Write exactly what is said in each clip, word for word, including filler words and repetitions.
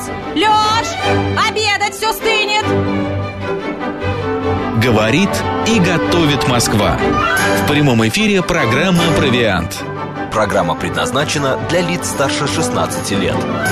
Лёш, обедать все стынет. Говорит и готовит Москва. В прямом эфире программа «Провиант». Программа предназначена для лиц старше шестнадцати лет.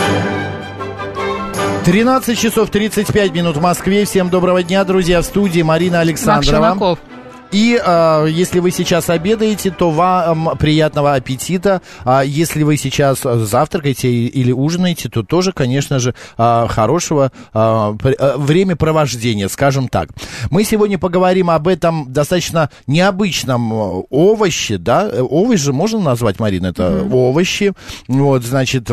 тринадцать часов тридцать пять минут в Москве. Всем доброго дня, друзья. В студии Марина Александрова. И э, если вы сейчас обедаете, то вам приятного аппетита. А если вы сейчас завтракаете или ужинаете, то тоже, конечно же, э, хорошего э, времяпровождения, скажем так. Мы сегодня поговорим об этом достаточно необычном овоще, да? Овощ же можно назвать, Марина, это mm-hmm. овощи. Вот, значит,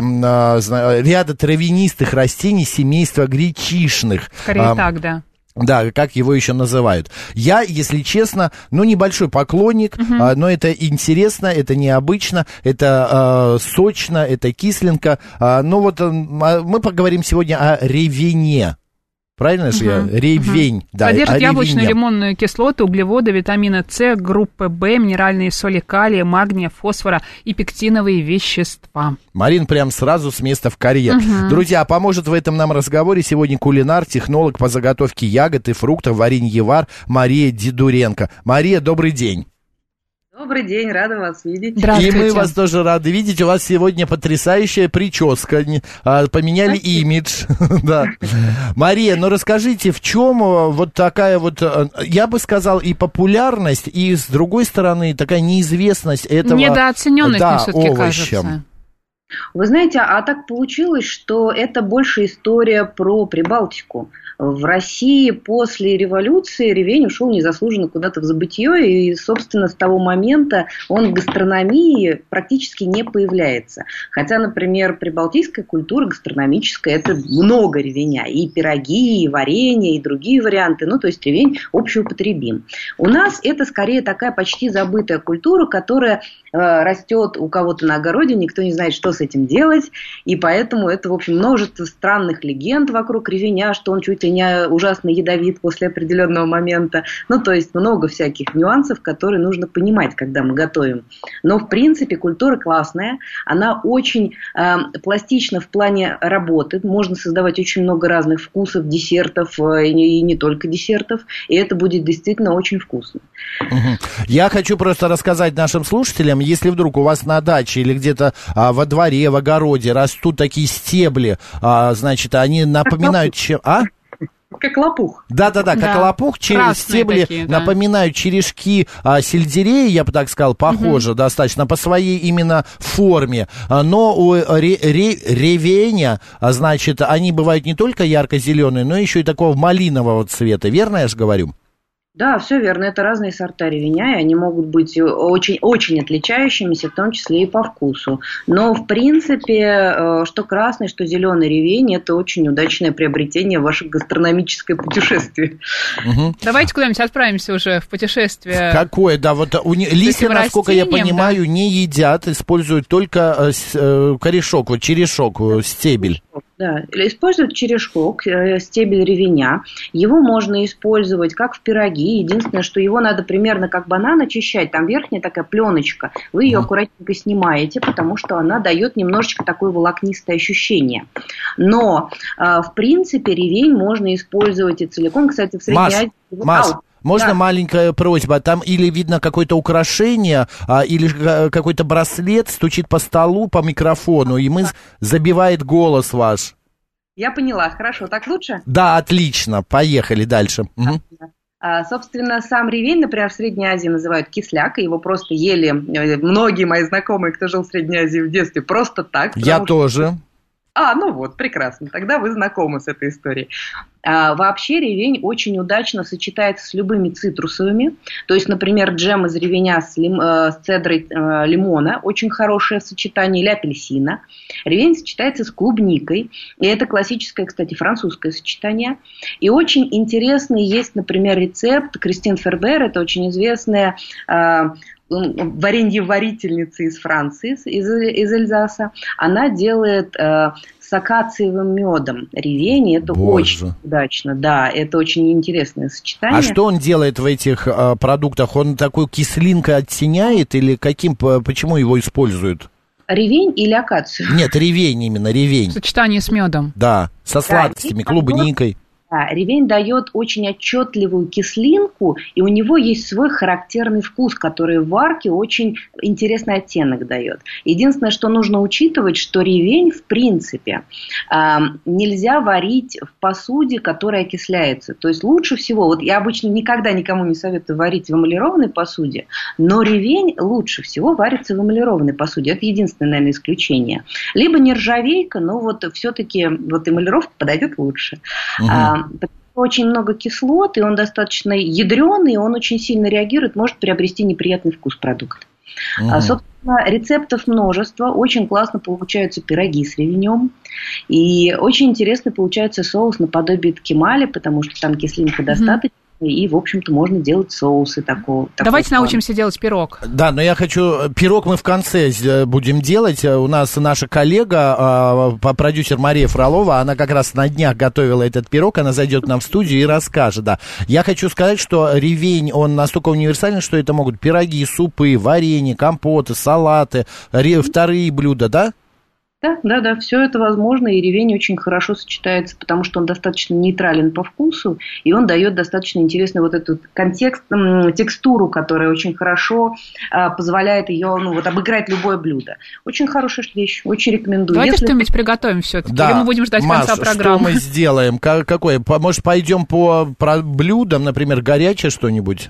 э, ряда травянистых растений семейства гречишных. Скорее э, так, да. Да, как его еще называют. Я, если честно, ну, небольшой поклонник, uh-huh. а, но это интересно, это необычно, это а, сочно, это кисленько. А, ну, вот а, мы поговорим сегодня о ревене. Правильно же uh-huh. я? Ревень. Uh-huh. Да, содержит яблочно-лимонную кислоту, углеводы, витамина С, группы В, минеральные соли калия, магния, фосфора и пектиновые вещества. Марин прям сразу с места в карьер. Uh-huh. Друзья, поможет в этом нам разговоре сегодня кулинар, технолог по заготовке ягод и фруктов, вареньевар Мария Дидуренко. Мария, добрый день. Добрый день, рада вас видеть. И мы вас тоже рады видеть. У вас сегодня потрясающая прическа. Поменяли Спасибо. Имидж. Да. Мария, ну расскажите, в чем вот такая вот, я бы сказал, и популярность, и с другой стороны такая неизвестность этого, недооцененность, да, мне все-таки овощем. Кажется. Вы знаете, а так получилось, что это больше история про Прибалтику. В России после революции ревень ушел незаслуженно куда-то в забытье, и, собственно, с того момента он в гастрономии практически не появляется. Хотя, например, прибалтийская культура гастрономическая – это много ревеня. И пироги, и варенье, и другие варианты. Ну, то есть ревень общеупотребим. У нас это скорее такая почти забытая культура, которая э, растет у кого-то на огороде, никто не знает, что с этим делать. И поэтому это, в общем, множество странных легенд вокруг ревеня, что он чуть ли не ужасно ядовит после определенного момента. Ну, то есть много всяких нюансов, которые нужно понимать, когда мы готовим. Но, в принципе, культура классная. Она очень э, пластична в плане работы. Можно создавать очень много разных вкусов, десертов, э, и, не, и не только десертов. И это будет действительно очень вкусно. Угу. Я хочу просто рассказать нашим слушателям, если вдруг у вас на даче или где-то а, во дворе, в огороде растут такие стебли, а, значит, они напоминают чем... А? Как лопух. Да-да-да, как да. лопух, через стебли такие, да. напоминают черешки а, сельдерея, я бы так сказал, похоже угу. достаточно по своей именно форме. Но у ре- ре- ревеня, а, значит, они бывают не только ярко-зеленые, но еще и такого малинового цвета. Верно я же говорю? Да, все верно. Это разные сорта ревеня, и они могут быть очень, очень отличающимися, в том числе и по вкусу. Но, в принципе, что красный, что зеленый ревень – это очень удачное приобретение в ваше гастрономическое путешествие. Угу. Давайте куда-нибудь отправимся уже в путешествие. Какое? Да, вот у не... листья, насколько я понимаю, да. не едят, используют только э, корешок, вот черешок, стебель. Да, используют черешок, стебель ревеня. Его можно использовать как в пироги. Единственное, что его надо примерно как банан очищать. Там верхняя такая пленочка. Вы ее аккуратненько снимаете, потому что она дает немножечко такое волокнистое ощущение. Но, в принципе, ревень можно использовать и целиком. Кстати, в Средней Азии... Маш, можно да. маленькая просьба? Там или видно какое-то украшение, а, или какой-то браслет стучит по столу, по микрофону, и мы забивает голос ваш. Я поняла. Хорошо. Так лучше? Да, отлично. Поехали дальше. Угу. А, собственно, сам ревень, например, в Средней Азии называют кисляк, и его просто ели многие мои знакомые, кто жил в Средней Азии в детстве, просто так. Я тоже. А, ну вот, прекрасно, тогда вы знакомы с этой историей. А, вообще ревень очень удачно сочетается с любыми цитрусовыми. То есть, например, джем из ревеня с, лим, э, с цедрой э, лимона, очень хорошее сочетание, или апельсина. Ревень сочетается с клубникой, и это классическое, кстати, французское сочетание. И очень интересный есть, например, рецепт Кристин Фербер, это очень известная... Э, варенье-варительница из Франции, из, из Эльзаса, она делает э, с акациевым медом ревень, это Боже. Очень удачно, да, это очень интересное сочетание. А что он делает в этих э, продуктах? Он такой кислинкой оттеняет или каким, почему его используют? Ревень или акацию? Нет, ревень именно, ревень. В сочетании с медом. Да, со сладостями, да, клубникой. Да, ревень дает очень отчетливую кислинку, и у него есть свой характерный вкус, который в варке очень интересный оттенок дает. Единственное, что нужно учитывать, что ревень, в принципе, нельзя варить в посуде, которая окисляется. То есть лучше всего, вот я обычно никогда никому не советую варить в эмалированной посуде, но ревень лучше всего варится в эмалированной посуде. Это единственное, наверное, исключение. Либо нержавейка, но вот все-таки вот эмалировка подойдет лучше. Угу. Очень много кислот, и он достаточно ядреный, он очень сильно реагирует, может приобрести неприятный вкус продукта. Mm. А, собственно, рецептов множество, очень классно получаются пироги с ревенем, и очень интересно получается соус наподобие ткемали, потому что там кислинка достаточно. Mm. И, в общем-то, можно делать соусы такого. Давайте такого научимся плана. делать пирог. Да, но я хочу... Пирог мы в конце будем делать. У нас наша коллега, продюсер Мария Фролова, она как раз на днях готовила этот пирог, она зайдет к нам в студию и расскажет, да. Я хочу сказать, что ревень, он настолько универсальный, что это могут пироги, супы, варенье, компоты, салаты, вторые блюда, да? Да, да, да, все это возможно, и ревень очень хорошо сочетается, потому что он достаточно нейтрален по вкусу, и он дает достаточно интересный вот этот контекст, текстуру, которая очень хорошо а, позволяет ее, ну, вот, обыграть любое блюдо. Очень хорошая вещь, очень рекомендую. Давайте Если... что-нибудь приготовим все-таки, да. или мы будем ждать Маша, конца программы? Что мы сделаем? Какое? Может, пойдем по блюдам, например, горячее что-нибудь?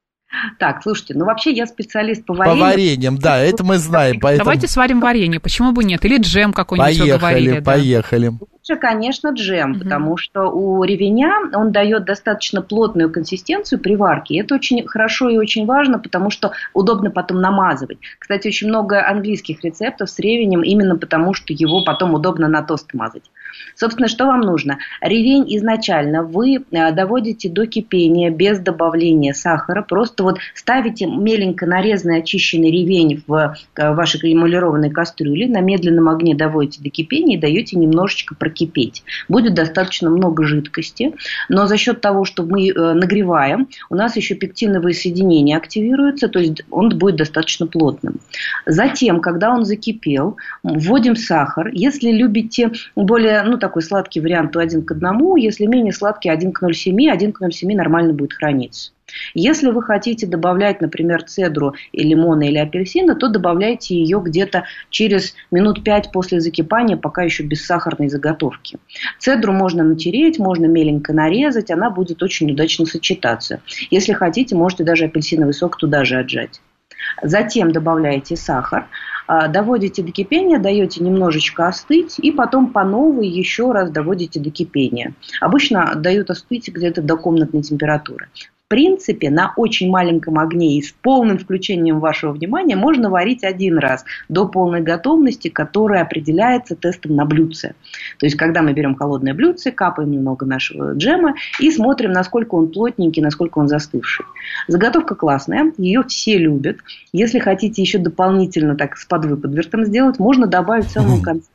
Так, слушайте, ну вообще я специалист по варенью. По вареньям, да, это мы знаем. Поэтому... Давайте сварим варенье, почему бы нет? Или джем какой-нибудь вы говорили. Поехали, поехали. Да? Лучше, конечно, джем, угу. потому что у ревеня он дает достаточно плотную консистенцию при варке. Это очень хорошо и очень важно, потому что удобно потом намазывать. Кстати, очень много английских рецептов с ревенем именно потому, что его потом удобно на тост мазать. Собственно, что вам нужно? Ревень изначально вы доводите до кипения без добавления сахара. Просто вот ставите меленько нарезанный очищенный ревень в вашей эмалированной кастрюле, на медленном огне доводите до кипения и даете немножечко прокипеть. Будет достаточно много жидкости, но за счет того, что мы нагреваем, у нас еще пектиновые соединения активируются, то есть он будет достаточно плотным. Затем, когда он закипел, вводим сахар. Если любите более, ну, такой сладкий вариант, то один к одному, если менее сладкий, один к ноль целых семь, один к ноль целых семь нормально будет храниться. Если вы хотите добавлять, например, цедру и лимона или апельсина, то добавляйте ее где-то через минут пять после закипания, пока еще без сахарной заготовки. Цедру можно натереть, можно меленько нарезать, она будет очень удачно сочетаться. Если хотите, можете даже апельсиновый сок туда же отжать. Затем добавляете сахар, доводите до кипения, даете немножечко остыть и потом по новой еще раз доводите до кипения. Обычно дают остыть где-то до комнатной температуры. В принципе, на очень маленьком огне и с полным включением вашего внимания можно варить один раз до полной готовности, которая определяется тестом на блюдце. То есть, когда мы берем холодное блюдце, капаем немного нашего джема и смотрим, насколько он плотненький, насколько он застывший. Заготовка классная, ее все любят. Если хотите еще дополнительно так с подвыподвертом сделать, можно добавить в самом конце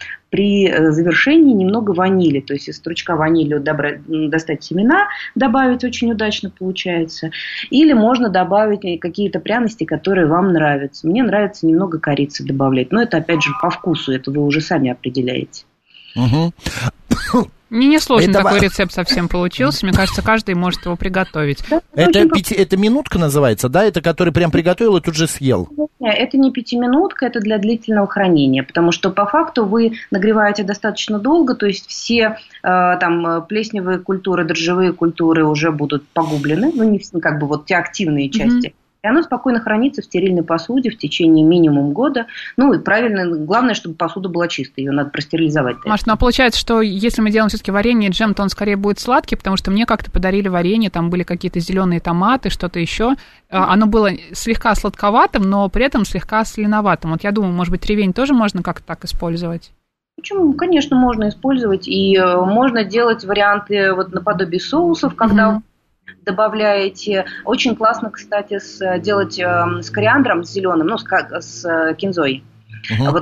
при завершении немного ванили. То есть из стручка ванили добра... достать семена, добавить очень удачно получается. Или можно добавить какие-то пряности, которые вам нравятся. Мне нравится немного корицы добавлять. Но это опять же по вкусу, это вы уже сами определяете. Угу. Мне не сложно это... такой рецепт совсем получился. Мне кажется, каждый может его приготовить. Да, это, очень... пяти... это минутка называется, да? Это который прям приготовил и тут же съел? Это не пятиминутка, это для длительного хранения. Потому что по факту вы нагреваете достаточно долго. То есть все э, там плесневые культуры, дрожжевые культуры уже будут погублены. Ну, не как бы вот те активные части. Mm-hmm. И оно спокойно хранится в стерильной посуде в течение минимум года. Ну и правильно, главное, чтобы посуда была чистой, ее надо простерилизовать. Маш, ну а получается, что если мы делаем все-таки варенье и джем, то он скорее будет сладкий, потому что мне как-то подарили варенье, там были какие-то зеленые томаты, что-то еще. Оно было слегка сладковатым, но при этом слегка соленоватым. Вот я думаю, может быть, ревень тоже можно как-то так использовать? Почему? Конечно, можно использовать. И можно делать варианты вот наподобие соусов, когда... Mm-hmm. добавляете. Очень классно, кстати, с, делать э, с кориандром, с зеленым, ну, с, с кинзой. Uh-huh. Вот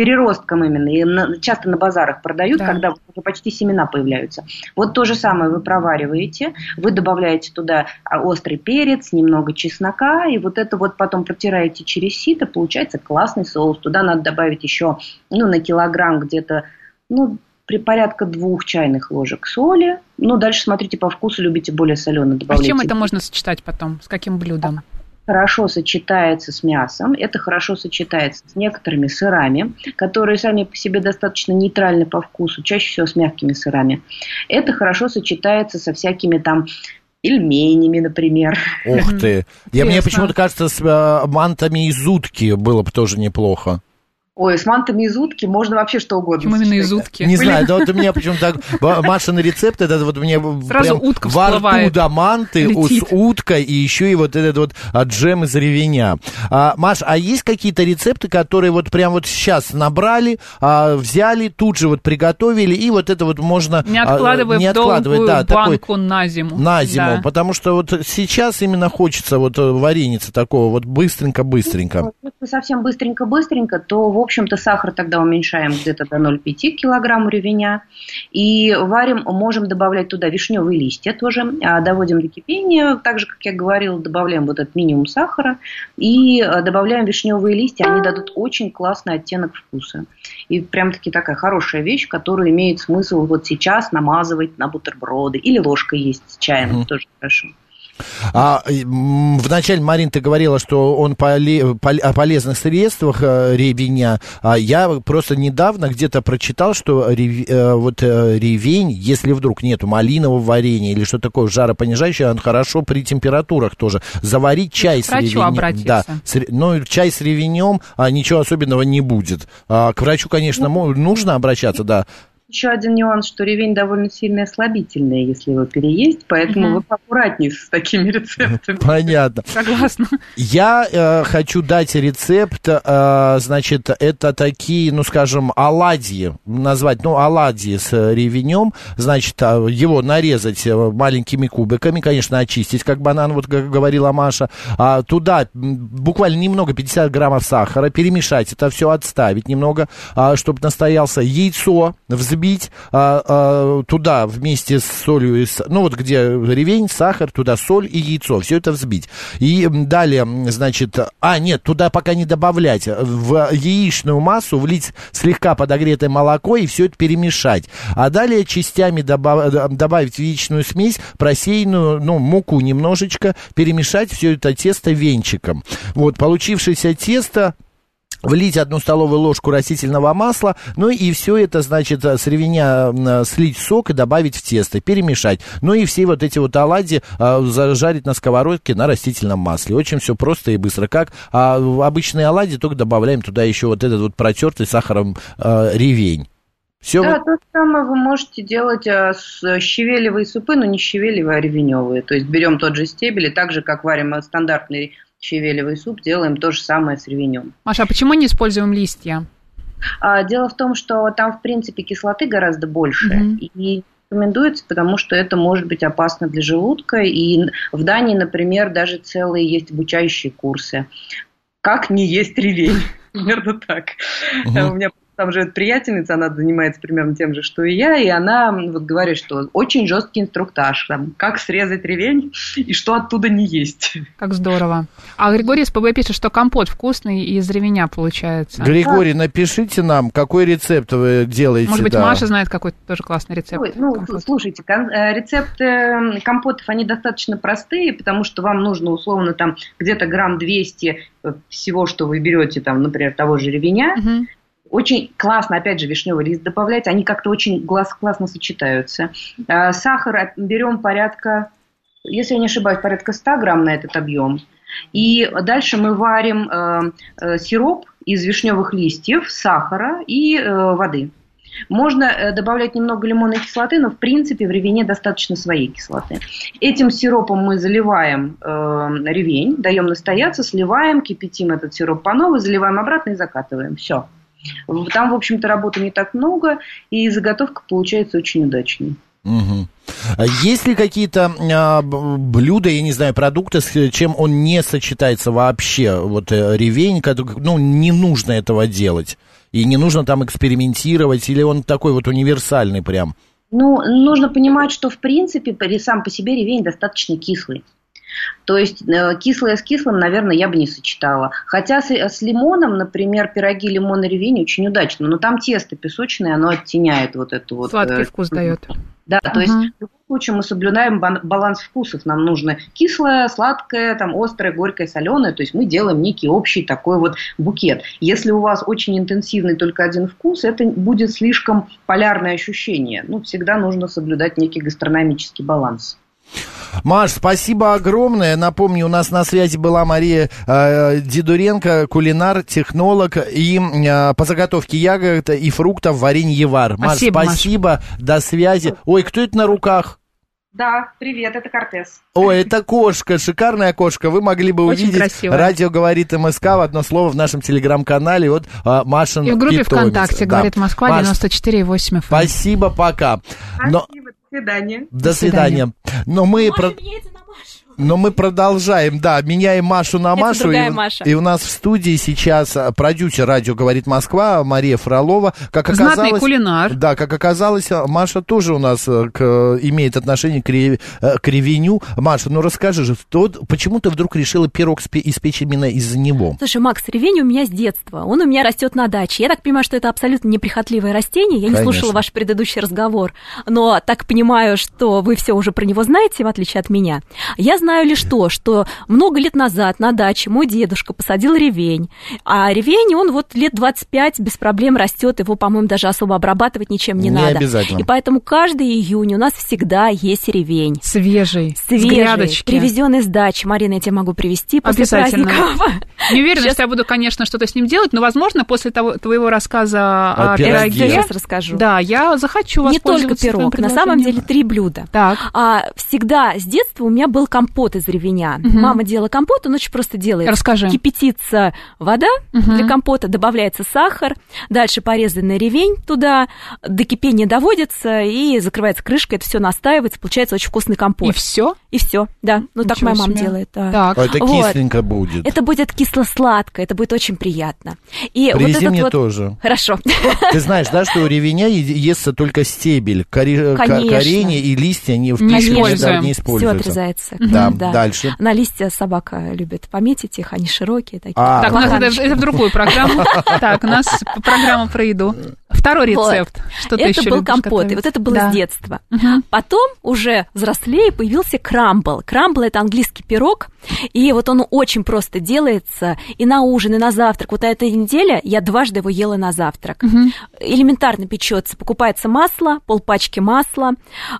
переростком именно, и на, часто на базарах продают, да. когда уже почти семена появляются. Вот то же самое вы провариваете, вы добавляете туда острый перец, немного чеснока, и вот это вот потом протираете через сито, получается классный соус. Туда надо добавить еще, ну, на килограмм где-то, ну, при порядка двух чайных ложек соли. Ну, дальше смотрите по вкусу, любите более соленый, добавляйте. А с чем это можно сочетать потом? С каким блюдом? Хорошо сочетается с мясом, это хорошо сочетается с некоторыми сырами, которые сами по себе достаточно нейтральны по вкусу, чаще всего с мягкими сырами. Это хорошо сочетается со всякими там пельменями, например. Ух ты! Я, мне почему-то кажется, с э, мантами из утки было бы тоже неплохо. Ой, с мантами из утки можно вообще что угодно. Почему именно из утки? Не знаю, да вот у меня почему-то так... Машин рецепт, это вот мне сразу прям утка во рту, да, манты летит. с уткой, и еще и вот этот вот а, джем из ревеня. А, Маш, а есть какие-то рецепты, которые вот прям вот сейчас набрали, а, взяли, тут же вот приготовили, и вот это вот можно... Не откладывая а, не в долгую да, банку такой, на зиму. На зиму, да. потому что вот сейчас именно хочется вот вареница такого вот быстренько-быстренько. Если совсем быстренько-быстренько, то, в общем-то, сахар тогда уменьшаем где-то до ноль целых пять десятых килограмма ревеня. И варим, можем добавлять туда вишневые листья тоже. Доводим до кипения. Так же, как я говорила, добавляем вот этот минимум сахара. И добавляем вишневые листья. Они дадут очень классный оттенок вкуса. И прям-таки такая хорошая вещь, которую имеет смысл вот сейчас намазывать на бутерброды. Или ложкой есть с чаем. Mm. Тоже хорошо. А, вначале, Марин, ты говорила, что он поле, пол, о полезных средствах э, ревеня. А я просто недавно где-то прочитал, что рев, э, вот, э, ревень, если вдруг нету малинового варенья или что такое жаропонижающее, он хорошо при температурах тоже. Заварить чай с ревенем. Да, с, ну, чай с ревенем, а, ничего особенного не будет. А, к врачу, конечно, ну, нужно обращаться, да. Еще один нюанс, что ревень довольно сильно ослабительный, если его переесть, поэтому угу. вы поаккуратнее с такими рецептами. Понятно. Согласна. Я э, хочу дать рецепт, э, значит, это такие, ну, скажем, оладьи, назвать, ну, оладьи с ревенем, значит, его нарезать маленькими кубиками, конечно, очистить, как банан, вот как говорила Маша, а туда буквально немного, пятьдесят граммов сахара, перемешать это все, отставить немного, чтобы настоялся, яйцо взбить, бить а, а, туда вместе с солью, и с, ну вот где ревень, сахар, туда соль и яйцо, все это взбить. И далее, значит, а нет, туда пока не добавлять, в яичную массу влить слегка подогретое молоко и все это перемешать. А далее частями добав, добавить в яичную смесь просеянную, ну, муку немножечко, перемешать все это тесто венчиком. Вот, получившееся тесто влить одну столовую ложку растительного масла, ну и все это, значит, с ревеня слить сок и добавить в тесто, перемешать. Ну и все вот эти вот оладьи а, зажарить на сковородке на растительном масле. Очень все просто и быстро. Как а, обычные оладьи, только добавляем туда еще вот этот вот протертый сахаром а, ревень. Все. Да, то же самое вы можете делать а, с щавелевые супы, но не щавелевые, а ревеневые. То есть берем тот же стебель, и так же, как варим стандартный щавелевый суп, делаем то же самое с ревенем. Маша, а почему не используем листья? А, дело в том, что там, в принципе, кислоты гораздо больше. Mm-hmm. И рекомендуется, потому что это может быть опасно для желудка. И в Дании, например, даже целые есть обучающие курсы. Как не есть ревень? Примерно так. Mm-hmm. У меня там живет приятельница, она занимается примерно тем же, что и я, и она вот говорит, что очень жесткий инструктаж, там, как срезать ревень и что оттуда не есть. Как здорово. А Григорий из ПБ пишет, что компот вкусный и из ревеня получается. Григорий, напишите нам, какой рецепт вы делаете. Может быть, да. Маша знает какой-то тоже классный рецепт. Ой, ну, компот. Слушайте, рецепты компотов, они достаточно простые, потому что вам нужно условно там где-то грамм двести всего, что вы берете, там, например, того же ревеня. Угу. Очень классно, опять же, вишневый лист добавлять, они как-то очень классно сочетаются. Сахар берем порядка, если я не ошибаюсь, порядка сто грамм на этот объем. И дальше мы варим сироп из вишневых листьев, сахара и воды. Можно добавлять немного лимонной кислоты, но в принципе в ревене достаточно своей кислоты. Этим сиропом мы заливаем э, ревень, даем настояться, сливаем, кипятим этот сироп по новой, заливаем обратно и закатываем. Все. Там, в общем-то, работы не так много, и заготовка получается очень удачной. Угу. Есть ли какие-то а, блюда, я не знаю, продукты, с чем он не сочетается вообще? Вот ревень, ну, не нужно этого делать, и не нужно там экспериментировать, или он такой вот универсальный прям? Ну, нужно понимать, что в принципе сам по себе ревень достаточно кислый. То есть кислое с кислым, наверное, я бы не сочетала. Хотя с, с лимоном, например, пироги лимон и ревень очень удачно. Но там тесто песочное, оно оттеняет вот эту вот... Сладкий вкус дает. Да, uh-huh. То есть в любом случае мы соблюдаем баланс вкусов. Нам нужно кислое, сладкое, там, острое, горькое, соленое. То есть мы делаем некий общий такой вот букет. Если у вас очень интенсивный только один вкус, это будет слишком полярное ощущение. Ну, всегда нужно соблюдать некий гастрономический баланс. Маш, спасибо огромное. Напомню, у нас на связи была Мария э, Дидуренко, кулинар, технолог и э, по заготовке ягод и фруктов вареньевар. Маш, спасибо. спасибо. До связи. Ой, кто это на руках? Да, привет, это Кортес. Ой, это кошка, шикарная кошка. Вы могли бы очень увидеть. Красивая. Радио говорит МСК в одно слово в нашем телеграм-канале. Вот а, Машин и в группе питомец. ВКонтакте, да. Говорит Москва, Маш, девяносто четыре и восемь эф эм. Спасибо, пока. Но... Спасибо, до свидания. До свидания. Но мы... Маша про... меняется на Машу. Но мы продолжаем, да, меняем Машу на Это Машу. другая И, Маша. И у нас в студии сейчас продюсер радио «Говорит Москва» Мария Фролова. Как оказалось, знатный кулинар. Да, как оказалось, Маша тоже у нас к, имеет отношение к, ре, к ревеню. Маша, ну расскажи же, что, почему ты вдруг решила пирог спе, испечь именно из него? Слушай, Макс, ревень у меня с детства. Он у меня растет на даче. Я так понимаю, что это абсолютно неприхотливое растение. Я не Конечно. слушала ваш предыдущий разговор, но так понимаю, что вы все уже про него знаете, в отличие от меня. Я знаю лишь то, что много лет назад на даче мой дедушка посадил ревень, а ревень, он вот лет двадцать пять без проблем растет, его, по-моему, даже особо обрабатывать ничем не, не надо. Обязательно. И поэтому каждый июнь у нас всегда есть ревень. Свежий, Свежий, привезенный с дачи. Марина, я тебе могу привезти после праздников. Не уверена, Сейчас... что я буду, конечно, что-то с ним делать, но, возможно, после того, твоего рассказа о, о пироге, я сейчас расскажу. Да, я захочу Не воспользоваться. Не только пирог, на самом деле три блюда. Так. А, всегда с детства у меня был компот из ревеня. Угу. Мама делала компот, он очень просто делает. Расскажи. Кипятится вода угу. для компота, добавляется сахар, дальше порезанный ревень туда, до кипения доводится и закрывается крышкой, это все настаивается, получается очень вкусный компот. И все? И все, да. Ну, так моя мама делает. Да. Так. А это вот. кисленько будет. Это будет кисло-сладко, это будет очень приятно. И Привези вот этот мне вот... тоже. Хорошо. Ты знаешь, да, что у ревеня естся только стебель, кори... корень и листья не в пищу не, не используются. Все отрезается. Да, да, дальше. На листья собака любит пометить их, они широкие такие. А, так, у нас это, это в другую программу. Так, у нас программа про еду. Второй рецепт. Вот. Что ты это еще был компот, готовить? И вот это было да. с детства. Угу. Потом, уже взрослее, появился крамбл. Крамбл – это английский пирог, и вот он очень просто делается и на ужин, и на завтрак. Вот на этой неделе я дважды его ела на завтрак. Угу. Элементарно печется. Покупается масло, полпачки масла,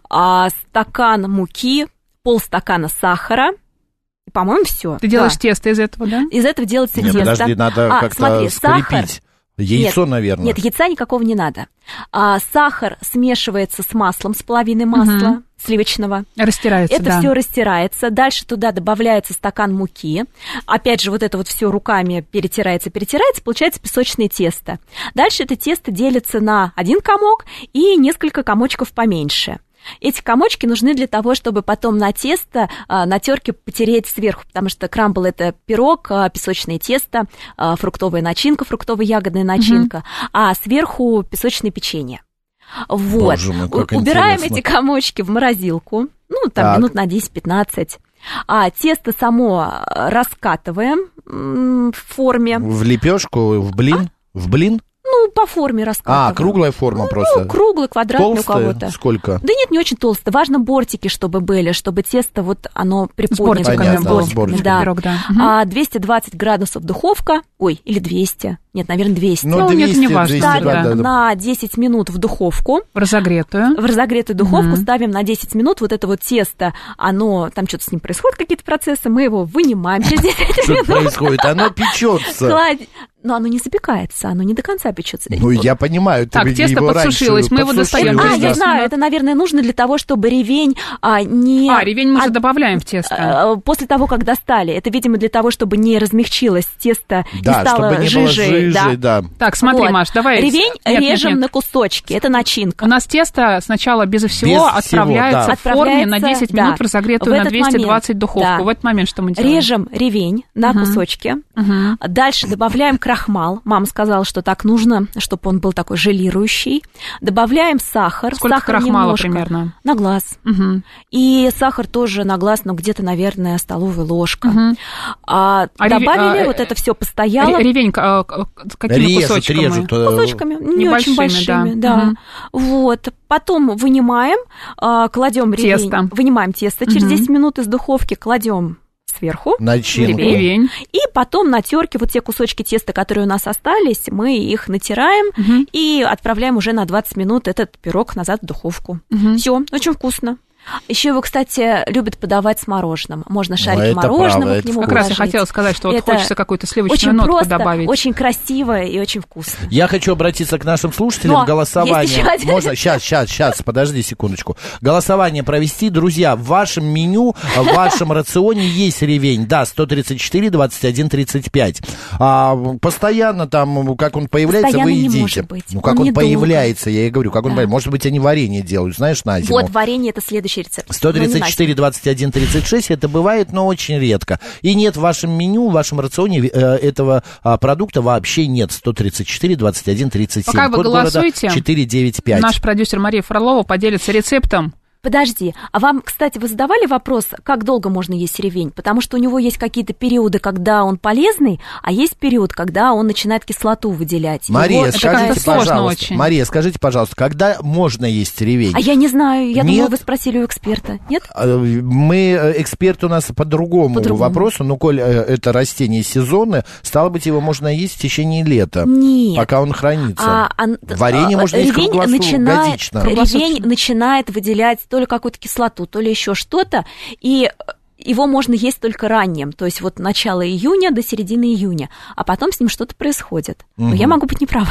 стакан муки, полстакана сахара. По-моему, все. Ты делаешь да. тесто из этого, да? Из этого делается Нет, тесто. Подожди, надо а, как-то смотри, скрепить. Сахар... Яйцо, нет, наверное. Нет, яйца никакого не надо. А, сахар смешивается с маслом, с половиной масла угу. сливочного. Растирается, Это да. все растирается. Дальше туда добавляется стакан муки. Опять же, вот это вот все руками перетирается, перетирается, получается песочное тесто. Дальше это тесто делится на один комок и несколько комочков поменьше. Эти комочки нужны для того, чтобы потом на тесто, на терке потереть сверху, потому что крамбл – это пирог, песочное тесто, фруктовая начинка, фруктово-ягодная начинка, mm-hmm. а сверху песочное печенье. Вот. Боже мой, как убираем интересно. эти комочки в морозилку, ну, там так. минут на десять-пятнадцать. А тесто само раскатываем в форме. В лепешку, в блин? А? В блин? Ну, по форме раскатываем. А, круглая форма ну, просто? Ну, круглый, квадратный толстая? у кого-то. Сколько? Да нет, не очень толстая. Важно бортики, чтобы были, чтобы тесто вот оно приподнято. С бортиками, было. С бортиками, да. Пирог, да. А двести двадцать градусов духовка. Ой, или двести. Нет, наверное, двести. Ну, двести, нет, не важно. Ставим да, да. на десять минут в духовку. В разогретую. В разогретую духовку угу. ставим на десять минут. Вот это вот тесто, оно, там что-то с ним происходит, какие-то процессы, мы его вынимаем через десять минут. Что происходит? Оно печется. Но оно не запекается, оно не до конца печется. Ну, я понимаю. Так, ты тесто его подсушилось, мы его достаем. А, я знаю, это, наверное, нужно для того, чтобы ревень а, не... А, ревень мы а, же добавляем в тесто. После того, как достали. Это, видимо, для того, чтобы не размягчилось тесто, да, не стало чтобы не жижей. Было жижи, да. Да. Так, смотри, вот. Маш, давай. Ревень нет, режем нет, нет. на кусочки, это начинка. У нас тесто сначала безо всего Без отправляется всего, в форме на десять да. минут в разогретую в на двести двадцать момент, духовку. Да. В этот момент что мы делаем? Режем ревень на uh-huh. кусочки. Uh-huh. Дальше добавляем крахмал. Мама сказала, что так нужно, чтобы он был такой желирующий. Добавляем сахар. Сколько сахар крахмала немножко, примерно? На глаз. Uh-huh. И сахар тоже на глаз, ну, где-то, наверное, столовая ложка. Uh-huh. А, а добавили, рев... вот это все постояло. Ревень какими режут, кусочками? Режут, кусочками, не очень большими, да. да. Угу. Вот. Потом вынимаем, кладем ревень, тесто. вынимаем тесто, через угу. десять минут из духовки кладем сверху начинку. Ревень. И потом на терке вот те кусочки теста, которые у нас остались, мы их натираем угу. и отправляем уже на двадцать минут этот пирог назад в духовку. Угу. Все, очень вкусно. Еще его, кстати, любят подавать с мороженым. Можно шарики ну, мороженого правда, к нему Как положить. раз я хотела сказать, что вот это хочется какую-то сливочную очень нотку просто, добавить. Очень красиво и очень вкусно. Я хочу обратиться к нашим слушателям. Но Голосование. есть еще один. Можно? Сейчас, сейчас, сейчас, подожди секундочку. Голосование провести. Друзья, в вашем меню, в вашем рационе есть ревень. Да, сто тридцать четыре двадцать один тридцать пять. А, постоянно там, как он появляется, постоянно вы не едите. может быть. Ну, как он он недолго. появляется, я и говорю, как он да. появляется. Может быть, они варенье делают, знаешь, на зиму. Вот, варенье – это следующий рецепт. сто тридцать четыре двадцать один тридцать шесть, это бывает, но очень редко. И нет в вашем меню, в вашем рационе э, этого а, продукта вообще нет. сто тридцать четыре двадцать один тридцать семь. Пока вы Код голосуете, четыре девять пять. Наш продюсер Мария Фролова поделится рецептом. Подожди, а вам, кстати, вы задавали вопрос, как долго можно есть ревень? Потому что у него есть какие-то периоды, когда он полезный, а есть период, когда он начинает кислоту выделять. Мария, Его, скажите, сложно пожалуйста, очень. Мария, скажите, пожалуйста, когда можно есть ревень? А я не знаю, я Нет? думала, вы спросили у эксперта. Нет? Мы, эксперт у нас по другому, По другому. вопросу, но коль это растение сезонное, стало быть, его можно есть в течение лета, Нет. пока он хранится. А, а, Варенье а, можно есть ревень круглосуточно, начинает, годично. ревень начинает выделять то ли какую-то кислоту, то ли еще что-то, и его можно есть только ранним, то есть вот начало июня до середины июня, а потом с ним что-то происходит. Угу. Но я могу быть неправа.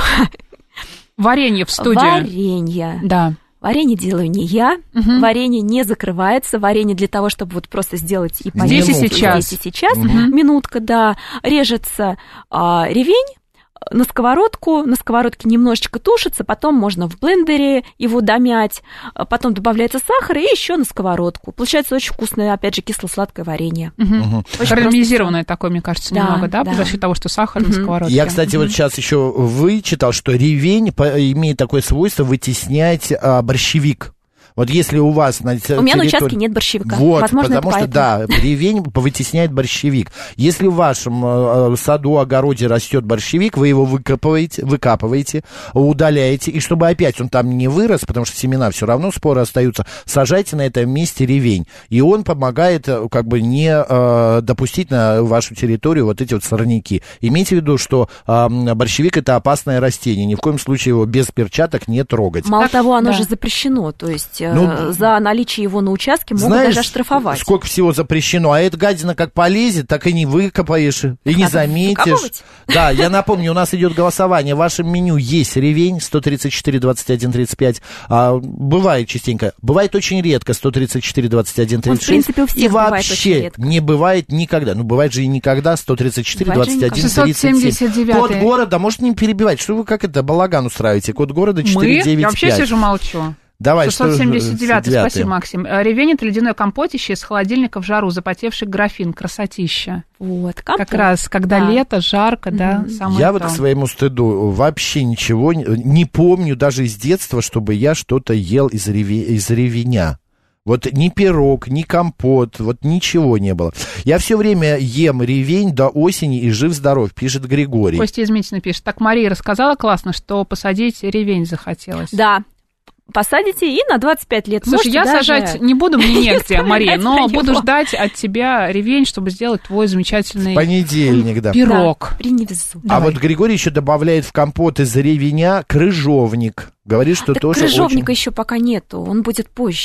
Варенье в студии. Варенье. Да. Варенье делаю не я, Угу. варенье не закрывается, варенье для того, чтобы вот просто сделать и поесть. Здесь и сейчас. Здесь и сейчас, Угу. минутка, да, режется а, ревень, на сковородку, на сковородке немножечко тушится, потом можно в блендере его домять, потом добавляется сахар и еще на сковородку. Получается очень вкусное, опять же, кисло-сладкое варенье. Угу. Угу. Карамелизированное такое, мне кажется, Да, немного, да, да. за счет того, что сахар Угу. на сковородке. Я, кстати, Угу. вот сейчас еще вычитал, что ревень по- имеет такое свойство вытеснять а, борщевик. Вот если у вас на территории... У меня на участке нет борщевика. Вот, Возможно, потому что, это да, ревень вытесняет борщевик. Если в вашем э, саду, огороде растет борщевик, вы его выкапываете, выкапываете, удаляете, и чтобы опять он там не вырос, потому что семена все равно, споры остаются, сажайте на этом месте ревень. И он помогает э, как бы не э, допустить на вашу территорию вот эти вот сорняки. Имейте в виду, что э, борщевик это опасное растение, ни в коем случае его без перчаток не трогать. Мало Так, того, оно да. же запрещено, то есть Ну, за наличие его на участке могут знаешь, даже оштрафовать. сколько всего запрещено, а эта гадина как полезет, так и не выкопаешь, и не Надо заметишь. выкапывать? Да, я напомню, у нас идет голосование, в вашем меню есть ревень сто тридцать четыре двадцать один тридцать пять, а, бывает частенько, бывает очень редко сто тридцать четыре двадцать один тридцать шесть, Он, в принципе, у всех и бывает вообще очень редко. не бывает никогда, ну бывает же и никогда сто тридцать четыре Бывает же двадцать один тридцать семь. шестьсот семьдесят девятый. Код города, может не перебивать, что вы как это, балаган устраиваете, код города Мы? четыре девять Я вообще пять. сижу, молчу. Давай, что- шестьсот семьдесят девятый, девятый. спасибо, Максим. Ревень – это ледяное компотище из холодильника в жару, запотевший графин, красотища. Вот, компот. Как раз, когда Да. лето, жарко, да, Мгм. самое Я то. вот к своему стыду вообще ничего не, не помню даже из детства, чтобы я что-то ел из, реве, из ревеня. Вот ни пирог, ни компот, вот ничего не было. Я все время ем ревень до осени и жив-здоров, пишет Григорий. Костя из Митина пишет. Так Мария рассказала классно, что посадить ревень захотелось. Да, посадите и на двадцать пять лет. Слушай, Можете я даже сажать не буду, мне негде, Мария, вспоминать но про буду него. ждать от тебя ревень, чтобы сделать твой замечательный Понедельник, да. пирог. Да, приневезу. А Давай. вот Григорий еще добавляет в компот из ревеня крыжовник. Говорит, что Так тоже крыжовника очень... еще пока нету, он будет позже.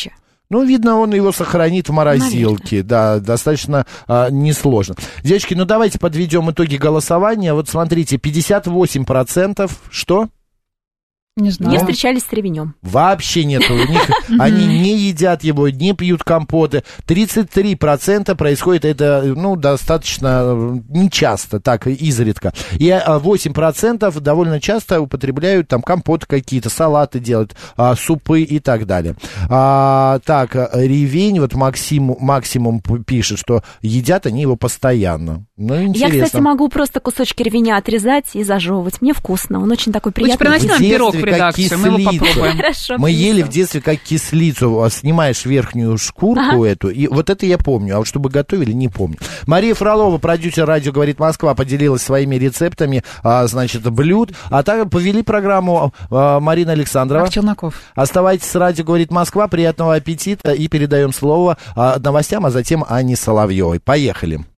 Ну, видно, он его сохранит в морозилке. Наверное. Да, достаточно а, несложно. Девочки, ну давайте подведем итоги голосования. Вот смотрите, пятьдесят восемь процентов что? Не знаю. Не встречались с ревенем. Вообще нет у них. Они не едят его, не пьют компоты. тридцать три процента происходит это, ну, достаточно нечасто, так, изредка. И восемь процентов довольно часто употребляют там компоты какие-то, салаты делают, а, супы и так далее. А, так, ревень, вот Максим, Максимум пишет, что едят они его постоянно. Ну, интересно. Я, кстати, могу просто кусочки ревеня отрезать и зажевывать. Мне вкусно, он очень такой приятный. Приноси нам пирог в редакцию, мы его попробуем. Хорошо, мы принесу. ели в детстве как кислицу, снимаешь верхнюю шкурку ага. эту, и вот это я помню, а вот чтобы готовили, не помню. Мария Фролова, продюсер «Радио говорит Москва», поделилась своими рецептами, а, значит, блюд, а так повели программу а, Марина Александрова. Марк Челноков. Оставайтесь с «Радио говорит Москва», приятного аппетита, и передаем слово а, новостям, а затем Анне Соловьевой. Поехали.